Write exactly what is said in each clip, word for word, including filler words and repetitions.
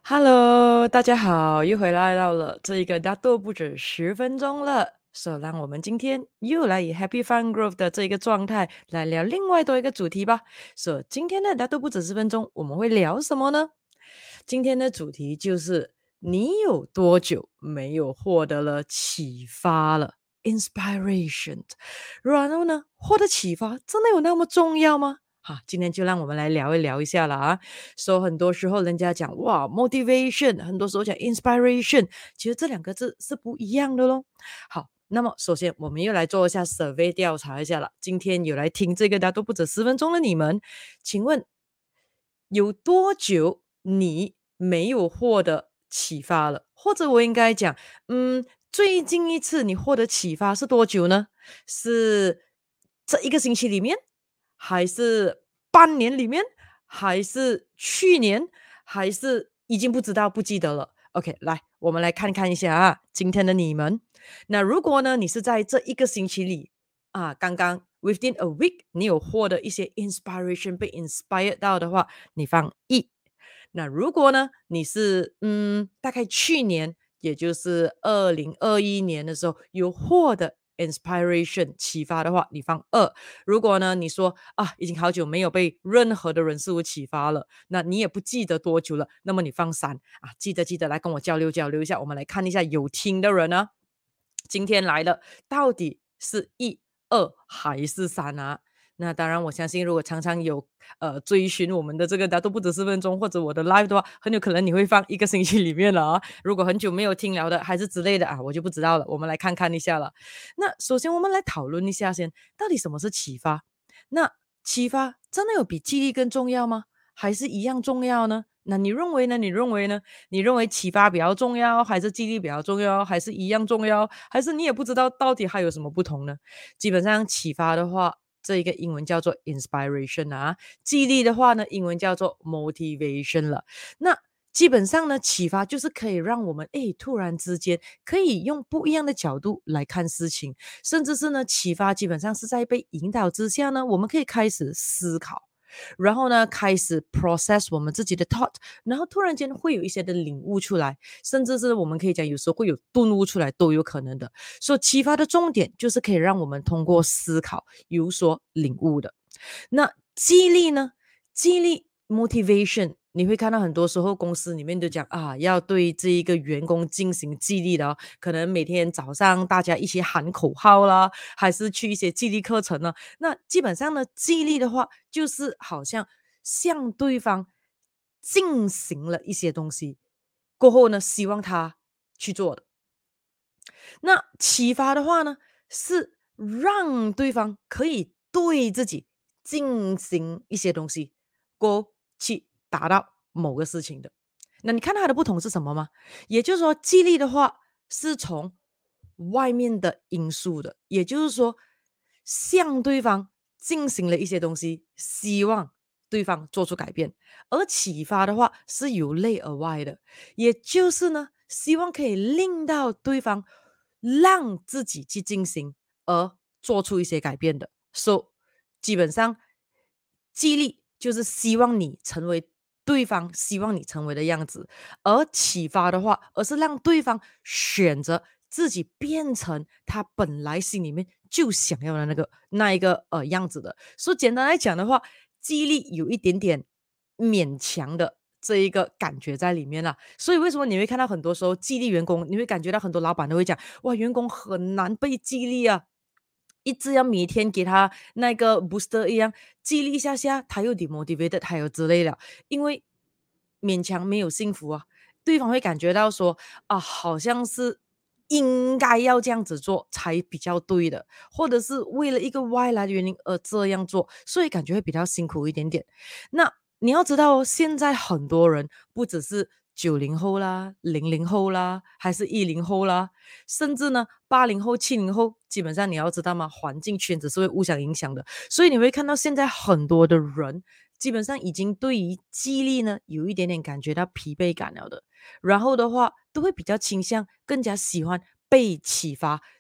Hello，大家好，又回来到了这一个大都不止十分钟了。所以让我们今天又来以 Happy Fun Growth 的这一个状态来聊另外多一个主题吧。所以今天的大都不止十分钟，我们会聊什么呢？今天的主题就是你有多久没有获得了启发了 inspiration？然后呢，获得启发真的有那么重要吗？哈，今天就让我们来聊一聊一下了啊。说、很多时候人家讲哇 motivation，很多时候讲 inspiration，其实这两个字是不一样的咯。好，那么首先我们又来做一下 survey 调查一下了。今天有来听这个大家都不止十分钟的你们，请问有多久你没有获得启发了？或者我应该讲，嗯，最近一次你获得启发是多久呢？是这一个星期里面，还是半年里面，还是去年，还是已经不知道不记得了？OK，来，我们来看看一下啊，今天的你们。那如果呢，你是在这一个星期里啊，刚刚 within a week，你有获得一些 inspiration 被 inspired 到的话，你放一。那如果呢，你是嗯，大概去年，也就是二零二一年的时候，有获得 inspiration 启发的话，你放二。如果呢，你说啊，已经好久没有被任何的人事物启发了，那你也不记得多久了，那么你放三啊。记得记得来跟我交流交流一下，我们来看一下有听的人呢，今天来了，到底是一、二还是三啊？那当然，我相信如果常常有呃追寻我们的这个大都不止四分钟或者我的 live 的话，很有可能你会放一个星期里面了啊。如果很久没有听了的，还是之类的啊，我就不知道了。我们来看看一下了。那首先我们来讨论一下先，到底什么是启发？那启发真的有比记忆力更重要吗？还是一样重要呢？那你认为呢？你认为呢？你认为启发比较重要，还是记忆力比较重要，还是一样重要，还是你也不知道到底还有什么不同呢？基本上启发的话，这一个英文叫做 inspiration 啊，记忆力的话呢，英文叫做 motivation 了。那基本上呢，启发就是可以让我们诶突然之间可以用不一样的角度来看事情，甚至是呢，启发基本上是在被引导之下呢，我们可以开始思考。然后呢，开始 process 我们自己的 thought，然后突然间会有一些的领悟出来，甚至是我们可以讲有时候会有顿悟出来，都有可能的。所以启发的重点就是可以让我们通过思考有所领悟的。那激励呢？激励 motivation，你会看到很多时候公司里面都讲啊，要对这一个员工进行激励的哦，可能每天早上大家一起喊口号啦，还是去一些激励课程呢。那基本上呢，激励的话，就是好像向对方进行了一些东西过后呢，希望他去做的。那启发的话呢，是让对方可以对自己进行一些东西，过后去达到某个事情的。那你看它的不同是什么吗？也就是说，激励的话是从外面的因素的，也就是说，向对方进行了一些东西，希望对方做出改变。而启发的话是由内而外的，也就是呢，希望可以令到对方让自己去进行，而做出一些改变的。So，基本上激励就是希望你成为对方希望你成为的样子，而启发的话，而是让对方选择自己变成他本来心里面就想要的那个那一个呃样子的。所以简单来讲的话，激励有一点点勉强的这一个感觉在里面了。所以为什么你会看到很多时候激励员工，你会感觉到很多老板都会讲，哇，员工很难被激励啊。一直要每天给他那个 booster 一样激励一下下，他又 demotivated，他又之类的，因为勉强没有幸福啊，对方会感觉到说啊，好像是应该要这样子做才比较对的，或者是为了一个外来的原因而这样做，所以感觉会比较辛苦一点点。那你要知道哦，现在很多人不只是九零后啦、零零后啦，还是一零后啦，甚至呢八零后、七零后，基本上你要知道吗？环境圈子是会互相影响的，所以你会看到现在很多的人基本上已经对于激励呢有一点点感觉到疲惫感了的，然后的话都会比较倾向更加喜欢被启发，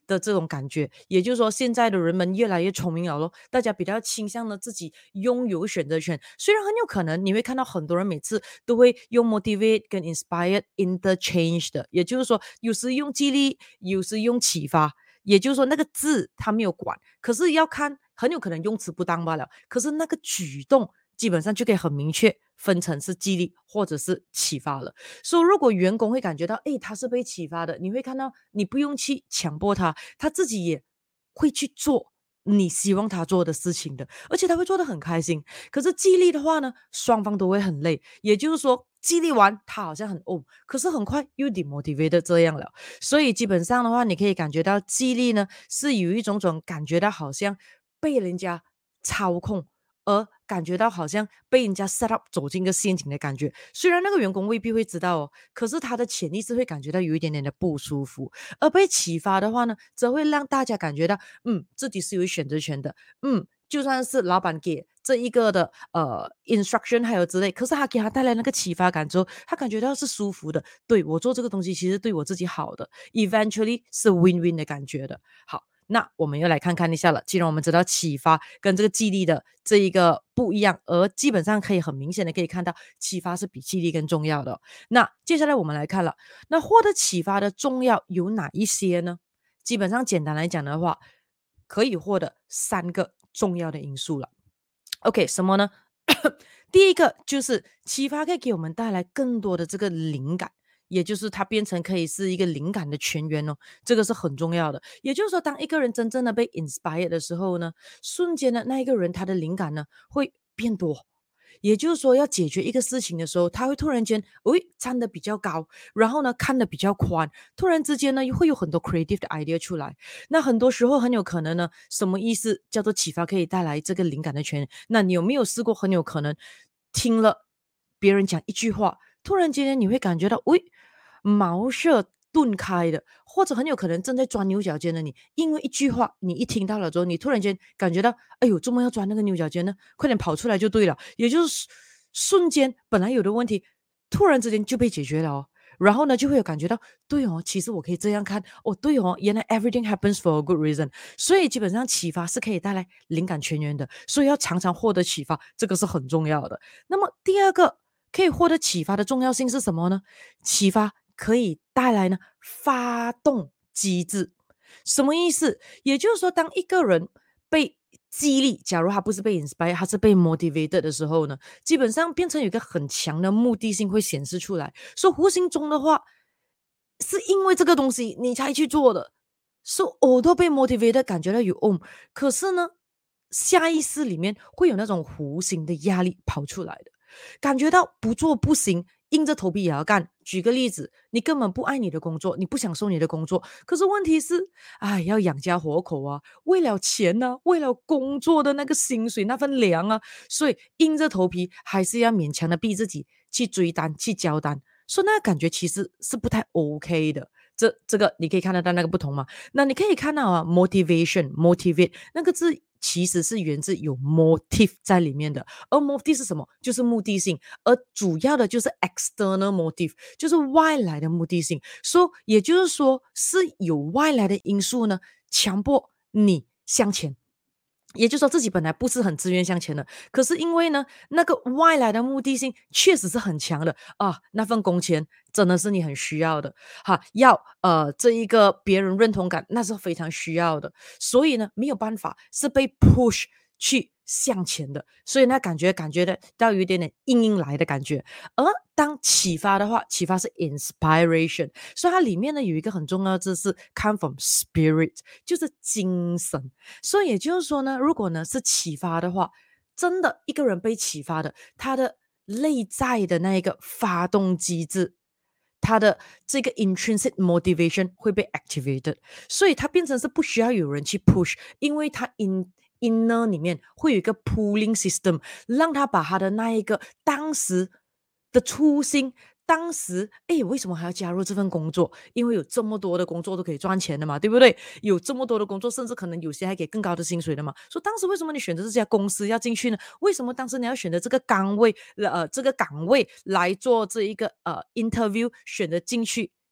的这种感觉。也就是说，现在的人们越来越聪明了咯，大家比较倾向呢自己拥有选择权。虽然很有可能你会看到很多人每次都会用 motivate 跟 inspired interchange 的，也就是说，有时用激励，有时用启发。也就是说，那个字他没有管，可是要看很有可能用词不当罢了。可是那个举动基本上就可以很明确分成是激励或者是启发了。所以如果员工会感觉到，诶，他是被启发的，你会看到你不用去强迫他，他自己也会去做你希望他做的事情的，而且他会做得很开心。可是激励的话呢，双方都会很累，也就是说激励完他好像很哦，可是很快又 demotivated 这样了。所以基本上的话，你可以感觉到激励呢是有一种种感觉到好像被人家操控，而感觉到好像被人家 set up 走进一个陷阱的感觉。虽然那个员工未必会知道哦，可是他的潜意识会感觉到有一点点的不舒服。而被启发的话呢，则会让大家感觉到，嗯，自己是有选择权的，嗯，就算是老板给这一个的呃 instruction 还有之类，可是他给他带来那个启发感之后，他感觉到是舒服的，对我做这个东西其实对我自己好的，eventually 是 win win 的感觉的。好，那我们又来看看一下了。既然我们知道启发跟这个激励的这一个不一样，而基本上可以很明显的可以看到，启发是比激励更重要的哦。那接下来我们来看了，那获得启发的重要有哪一些呢？基本上简单来讲的话，可以获得三个重要的因素了。OK，什么呢？第一个就是启发可以给我们带来更多的这个灵感，也就是它变成可以是一个灵感的泉源哦，这个是很重要的。也就是说，当一个人真正的被 inspire 的时候呢，瞬间的那一个人他的灵感呢会变多。也就是说，要解决一个事情的时候，他会突然间，诶，站得比较高，然后呢，看得比较宽，突然之间呢，会有很多 creative 的 idea 出来。那很多时候很有可能呢，什么意思叫做启发可以带来这个灵感的泉源？那你有没有试过很有可能听了别人讲一句话，突然间你会感觉到，喂，茅塞顿开的，或者很有可能正在钻牛角尖的你，因为一句话，你一听到了之后，你突然间感觉到，哎呦，怎么要钻那个牛角尖呢？快点跑出来就对了。也就是瞬间本来有的问题，突然之间就被解决了哦。然后呢，就会有感觉到，对哦，其实我可以这样看，哦，对哦，原来 everything happens for a good reason。所以基本上启发是可以带来灵感泉源的，所以要常常获得启发，这个是很重要的。那么第二个可以获得启发的重要性是什么呢？启发可以带来呢发动机制，什么意思？也就是说，当一个人被激励，假如他不是被 inspire，他是被 motivated 的时候呢，基本上变成有一个很强的目的性会显示出来。所以无形中的话，是因为这个东西你才去做的，所以我都被 motivated 感觉到有 o 可是呢，下意识里面会有那种无形的压力跑出来的，感觉到不做不行，硬着头皮也要干。举个例子，你根本不爱你的工作，你不享受你的工作，可是问题是，哎，要养家活口啊，为了钱呢、为了工作的那个薪水那份粮啊，所以硬着头皮还是要勉强的逼自己去追单、去交单，所以那个感觉其实是不太 OK 的。这这个你可以看得到那个不同吗？那你可以看到啊，motivation motivate 那个字其实是源自有 motive 在里面的，而 motive 是什么？就是目的性，而主要的就是 external motive，就是外来的目的性。所以也就是说，是有外来的因素呢，强迫你向前。也就是说自己本来不是很自愿向前的，可是因为呢，那个外来的目的性确实是很强的啊，那份工钱真的是你很需要的，哈，要呃这一个别人认同感那是非常需要的，所以呢没有办法是被 push 去向前的，所以呢感觉感觉的到有一点点硬硬来的感觉，而当启发的话，启发是 inspiration，所以它里面呢有一个很重要的字是 come from spirit，就是精神。所以也就是说呢，如果呢是启发的话，真的一个人被启发的，他的内在的那一个发动机制，他的这个 intrinsic motivation 会被 activated，所以他变成是不需要有人去 push，因为他 in inner 里面会有一个 pulling system，让他把他的那一个当时的初心，当时，哎，为什么还要加入这份工作？因为有这么多的工作都可以赚钱的嘛，对不对？有这么多的工作，甚至可能有些还给更高的薪水的嘛。所以当时为什么你选择这家公司要进去呢？为什么当时你要选择这个岗位，呃，这个岗位来做这一个呃 interview，选择进去？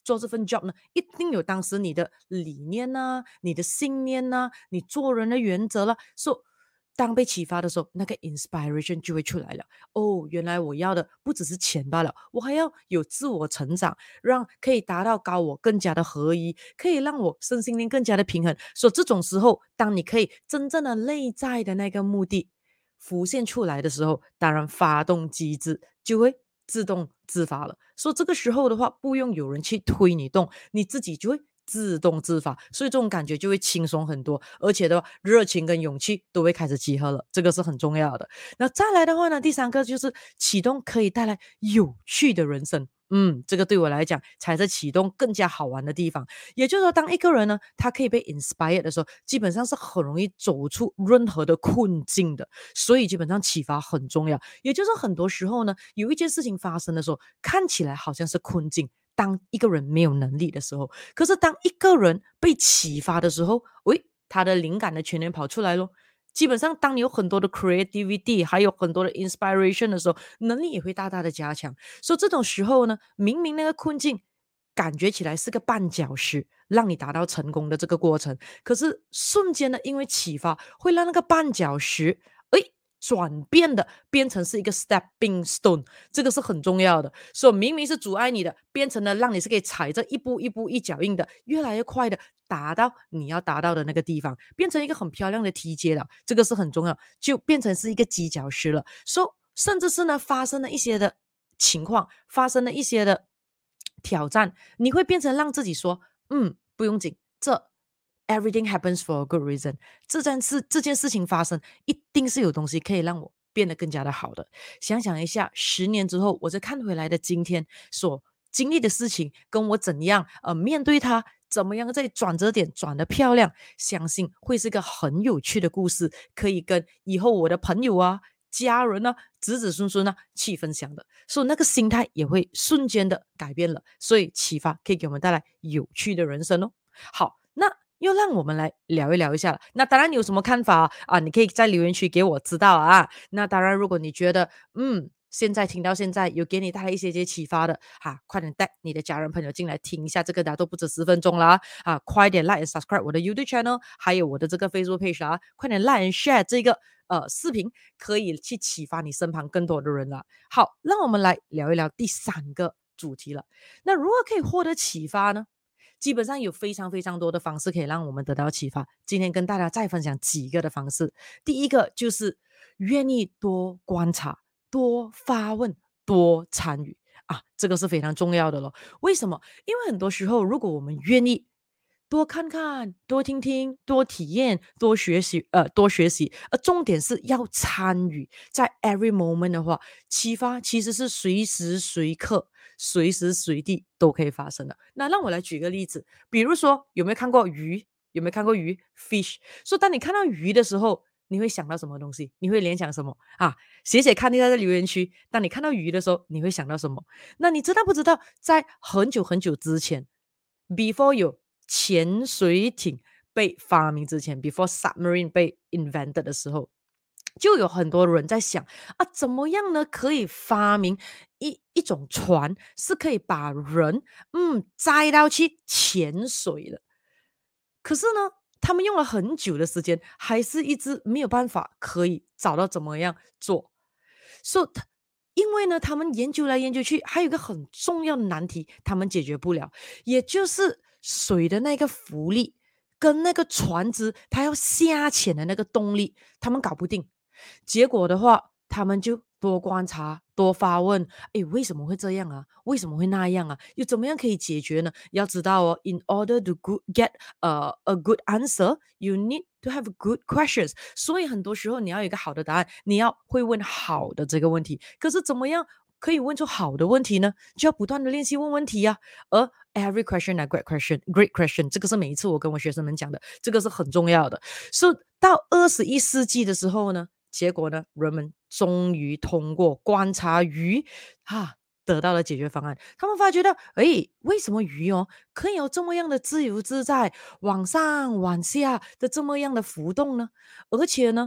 做这份 job 呢，一定有当时你的理念呐、你的信念呐、你做人的原则了。So 当被启发的时候，那个 inspiration 就会出来了。哦，原来我要的不只是钱罢了，我还要有自我成长，让可以达到高我更加的合一，可以让我身心灵更加的平衡。所以这种时候，当你可以真正的内在的那个目的浮现出来的时候，当然发动机制就会自动自发了。所以这个时候的话，不用有人去推你动，你自己就会自动自发，所以这种感觉就会轻松很多，而且的话，热情跟勇气都会开始集合了，这个是很重要的。那再来的话呢，第三个就是启动可以带来有趣的人生。嗯，这个对我来讲才是启动更加好玩的地方。也就是说，当一个人呢，他可以被 inspire 的时候，基本上是很容易走出任何的困境的。所以基本上启发很重要。也就是很多时候呢，有一件事情发生的时候，看起来好像是困境。当一个人没有能力的时候，可是当一个人被启发的时候，喂，他的灵感的泉源跑出来咯。基本上，当你有很多的 creativity，还有很多的 inspiration 的时候，能力也会大大的加强。所以这种时候呢，明明那个困境感觉起来是个绊脚石，让你达到成功的这个过程，可是瞬间的因为启发，会让那个绊脚石，诶，转变的变成是一个 stepping stone，这个是很重要的。所以明明是阻碍你的，变成了让你是可以踩着一步一步一脚印的，越来越快的达到你要达到的那个地方，变成一个很漂亮的梯阶了。这个是很重要，就变成是一个犄角石了。所以甚至是呢，发生了一些的情况，发生了一些的挑战，你会变成让自己说，嗯，不用紧，这 everything happens for a good reason。这件事这件事情发生，一定是有东西可以让我变得更加的好的。想想一下，十年之后，我再看回来的今天所经历的事情，跟我怎样呃面对它，怎么样在转折点转的漂亮，相信会是个很有趣的故事，可以跟以后我的朋友啊、家人啊、子子孙孙啊去分享的。所以那个心态也会瞬间的改变了。所以启发可以给我们带来有趣的人生哦。好，那又让我们来聊一聊一下了。那当然，你有什么看法啊？你可以在留言区给我知道啊。那当然，如果你觉得嗯，现在听到现在有给你带来一些些启发的，哈，快点带你的家人朋友进来听一下这个的，都不止十分钟啦，啊，快点 like and subscribe 我的 YouTube channel，还有我的这个 Facebook page 啊，快点 like and share 这个呃视频，可以去启发你身旁更多的人了。好，让我们来聊一聊第三个主题了。那如何可以获得启发呢？基本上有非常非常多的方式可以让我们得到启发。今天跟大家再分享几个的方式。第一个就是愿意多观察、多发问、多参与啊，这个是非常重要的咯。为什么？因为很多时候，如果我们愿意多看看、多听听、多体验、多学习，呃，多学习，呃，重点是要参与，在 every moment 的话，启发其实是随时随刻、随时随地都可以发生的。那让我来举个例子，比如说有没有看过鱼？有没有看过鱼 fish？所以当你看到鱼的时候，你会想到什么东西？你会联想什么啊？写写看一下在留言区。当你看到鱼的时候，你会想到什么？那你知道不知道，在很久很久之前，before 有潜水艇被发明之前，before submarine 被 invented 的时候，就有很多人在想啊，怎么样呢可以发明一一种船，是可以把人嗯载到去潜水的。可是呢，他们用了很久的时间，还是一直没有办法可以找到怎么样做。So 他因为呢，他们研究来研究去，还有一个很重要的难题，他们解决不了，也就是水的那个浮力跟那个船只它要下潜的那个动力，他们搞不定。结果的话，他们就多观察、多发问，诶，为什么会这样啊？为什么会那样啊？又怎么样可以解决呢？要知道哦，in order to good get a a good answer, you need to have good questions。所以很多时候你要有一个好的答案，你要会问好的这个问题。可是怎么样可以问出好的问题呢？就要不断的练习问问题呀、而 every question a great question, great question，这个是每一次我跟我学生们讲的，这个是很重要的。所以到二十一世纪的时候呢，结果呢，人们终于通过观察鱼，哈、得到了解决方案。他们发觉到，诶，为什么鱼哦可以有这么样的自由自在，往上往下的这么样的浮动呢？而且呢，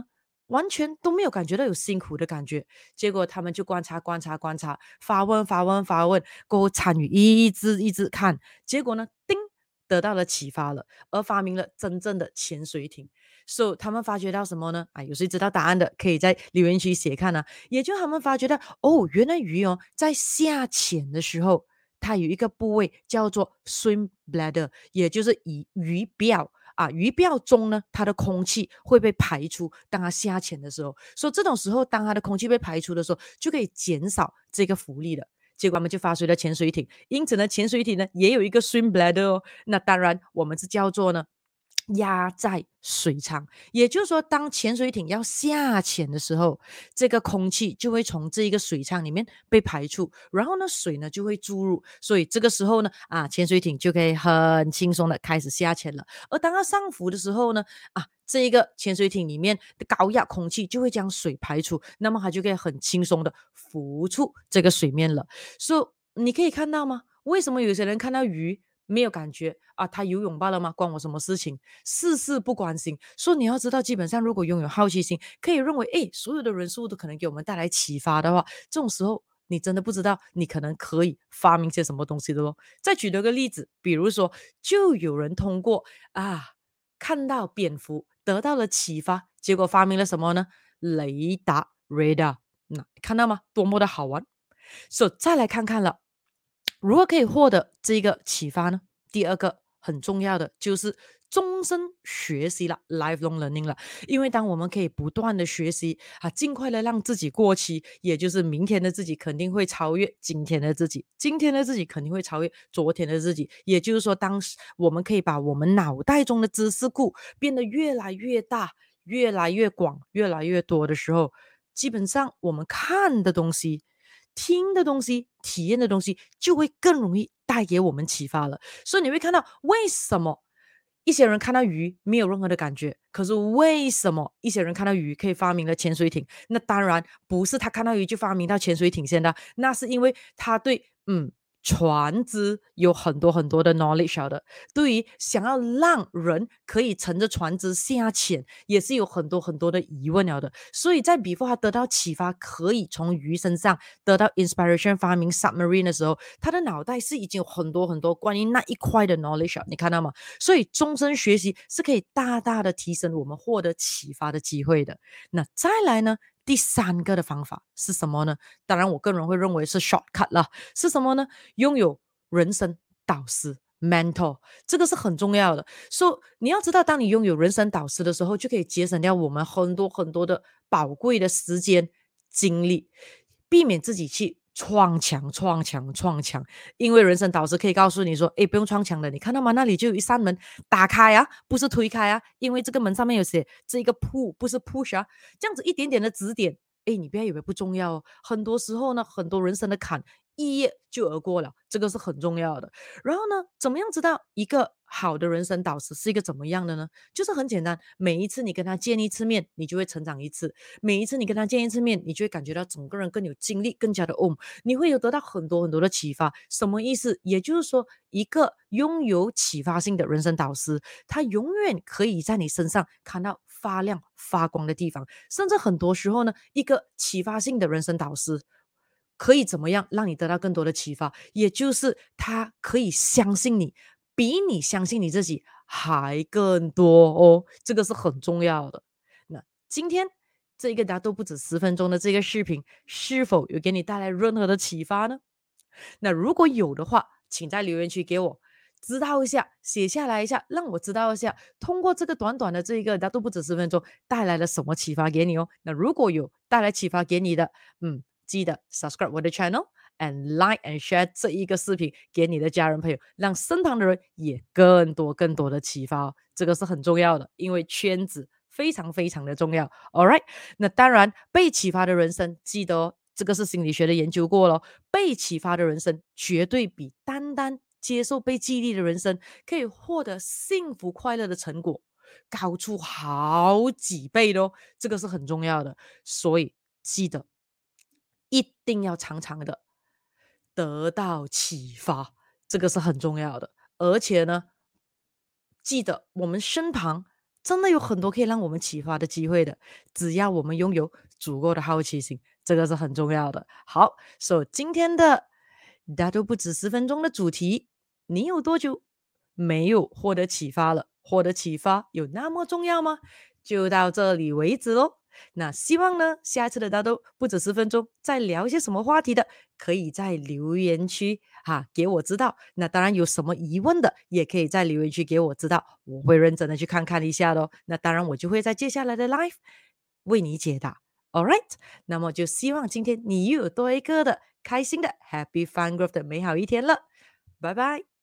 完全都没有感觉到有辛苦的感觉。结果他们就观察观察观察，发问发问发问，过后参与一直一直看，结果呢，叮，得到了启发了，而发明了真正的潜水艇。So 他们发觉到什么呢？啊，有谁知道答案的，可以在留言区写看啊。也就他们发觉到，哦，原来鱼哦，在下潜的时候，它有一个部位叫做 swim bladder，也就是鱼鱼鳔。啊，鱼鳔中呢，它的空气会被排出。当它下潜的时候，所以这种时候，当它的空气被排出的时候，就可以减少这个浮力了。结果他们就发出了潜水艇，因此呢，潜水艇呢也有一个 swim bladder 哦。那当然，我们是叫做呢压在水舱，也就是说，当潜水艇要下潜的时候，这个空气就会从这一个水舱里面被排出，然后呢，水呢就会注入，所以这个时候呢，啊，潜水艇就可以很轻松的开始下潜了。而当它上浮的时候呢，啊，这一个潜水艇里面的高压空气就会将水排出，那么它就可以很轻松的浮出这个水面了。所以你可以看到吗？为什么有些人看到鱼没有感觉啊？他游泳罢了吗？关我什么事情？事事不关心。所以你要知道，基本上如果拥有好奇心，可以认为，哎，所有的人事物都可能给我们带来启发的话，这种时候你真的不知道你可能可以发明些什么东西的咯。再举多个例子，比如说，就有人通过啊看到蝙蝠得到了启发，结果发明了什么呢？雷达 radar，那看到吗？多么的好玩！所、so, 再来看看了，如何可以获得这个启发呢？第二个很重要的就是终身学习了 lifelong learning 了。因为当我们可以不断的学习啊，尽快的让自己过期，也就是明天的自己肯定会超越今天的自己，今天的自己肯定会超越昨天的自己。也就是说，当时我们可以把我们脑袋中的知识库变得越来越大，越来越广，越来越多的时候，基本上我们看的东西、听的东西、体验的东西，就会更容易带给我们启发了。所以你会看到，为什么一些人看到鱼没有任何的感觉，可是为什么一些人看到鱼可以发明了潜水艇？那当然不是他看到鱼就发明到潜水艇先的，那是因为他对嗯船只有很多很多的 knowledge 的，对于想要让人可以乘着船只下潜，也是有很多很多的疑问了的。所以在 before 他得到启发，可以从鱼身上得到 inspiration 发明 submarine 的时候，他的脑袋是已经有很多很多关于那一块的 knowledge， 你看到吗？所以终身学习是可以大大的提升我们获得启发的机会的。那再来呢？第三个的方法是什么呢？当然，我个人会认为是 shortcut 了。是什么呢？拥有人生导师 mentor，这个是很重要的。所、so, 以你要知道，当你拥有人生导师的时候，就可以节省掉我们很多很多的宝贵的时间、精力，避免自己去撞墙、撞墙、撞墙。因为人生导师可以告诉你说：“哎，不用撞墙的，你看到吗？那里就有一扇门，打开啊，不是推开啊，因为这个门上面有写这个 pull，不是 push 啊。”这样子一点点的指点，哎，你不要以为不重要哦。很多时候呢，很多人生的坎一夜就而过了，这个是很重要的。然后呢，怎么样知道一个好的人生导师是一个怎么样的呢？就是很简单，每一次你跟他见一次面，你就会成长一次；每一次你跟他见一次面，你就会感觉到整个人更有精力，更加的 on，你会有得到很多很多的启发。什么意思？也就是说，一个拥有启发性的人生导师，他永远可以在你身上看到发亮发光的地方，甚至很多时候呢，一个启发性的人生导师可以怎么样让你得到更多的启发？也就是他可以相信你，比你相信你自己还更多哦，这个是很重要的。那今天这个大家都不止十分钟的这个视频，是否有给你带来任何的启发呢？那如果有的话，请在留言区给我知道一下，写下来一下，让我知道一下，通过这个短短的这一个，大都不止十分钟，带来了什么启发给你哦。那如果有带来启发给你的，嗯，记得 subscribe 我的 channel and like and share 这一个视频给你的家人朋友，让身旁的人也更多更多的启发哦。这个是很重要的，因为圈子非常非常的重要。All right，那当然被启发的人生，记得哦。这个是心理学的研究过了，被启发的人生绝对比单单接受被激励的人生可以获得幸福快乐的成果高出好几倍的哦，这个是很重要的。所以记得一定要常常的得到启发，这个是很重要的。而且呢，记得我们身旁真的有很多可以让我们启发的机会的，只要我们拥有足够的好奇心，这个是很重要的。好，所、so, 今天的大都不止十分钟的主题，你有多久没有获得启发了？获得启发有那么重要吗？就到这里为止喽。那希望呢，下一次的大都不止十分钟，再聊一些什么话题的，可以在留言区哈给我知道。那当然有什么疑问的，也可以在留言区给我知道，我会认真的去看看一下的哦。那当然我就会在接下来的 live 为你解答。All right，那么就希望今天你又有多一个的开心的 Happy Fun Growth 的美好一天了。拜拜。